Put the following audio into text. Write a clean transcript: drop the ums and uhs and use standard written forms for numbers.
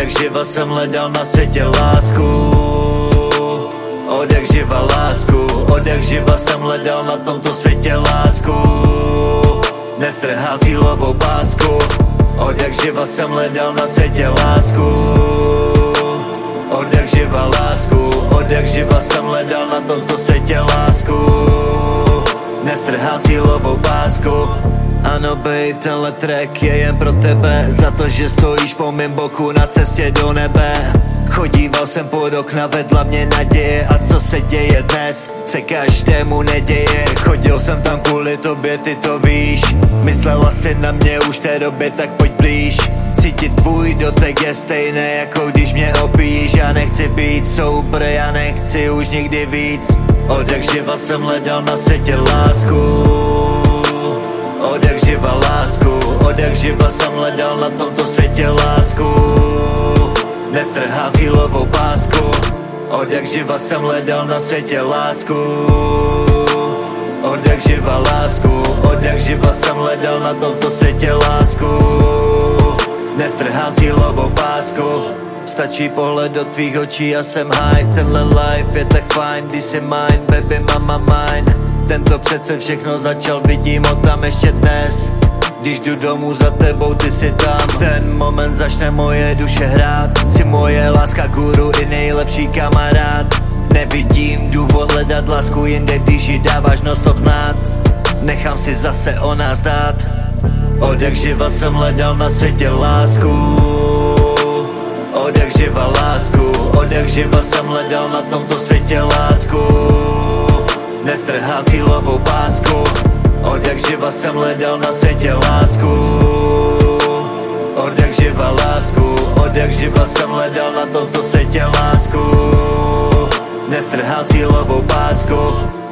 jak živa jsem hledal na světě lásku, od jak živa lásku, od jak živa jsem hledal na tomto světě lásku, nestrhám cílovou pásku, od jak živa jsem hledal na světě lásku, od jak živa lásku, od jak živa jsem hledal na tomto světě lásku, nestrhám cílovou pásku. Ano babe, tenhle track je jen pro tebe, za to, že stojíš po mém boku na cestě do nebe. Chodíval jsem pod okna, vedla mě naděje, a co se děje dnes, se každému neděje. Chodil jsem tam kvůli tobě, ty to víš, myslela si na mě už té době, tak pojď blíž. Cítit tvůj dotek je stejné, jako když mě opíš. Já nechci být sober, já nechci už nikdy víc. Od jak živa jsem hledal na světě lásku, od jak živa lásku, od jak živa jsem hledal na tomto světě lásku, nestrhám cílovou pásku, od jak živa jsem hledal na světě lásku, od jak živa lásku, od jak živa jsem hledal na tomto světě lásku, nestrhám cílovou pásku. Stačí pohled do tvých očí a jsem high. Tenhle life je tak fajn, když jsi mine, baby mama mine. Tento přece všechno začal, vidím ho tam ještě dnes. Když jdu domů za tebou, ty si tam. Ten moment začne moje duše hrát. Jsi moje láska, guru i nejlepší kamarád. Nevidím důvod hledat lásku jinde, když ji dáváš non-stop znát. Nechám si zase o nás dát. Od jak živa jsem hledal na světě lásku, od jak živa lásku, od jak živa jsem hledal na tomto světě lásku, nestrhám cílovou pásku, od jak živa jsem hledal na světě lásku, od jak živa lásku, od jak živa jsem hledal na tomto světě lásku, nestrhám cílovou pásku.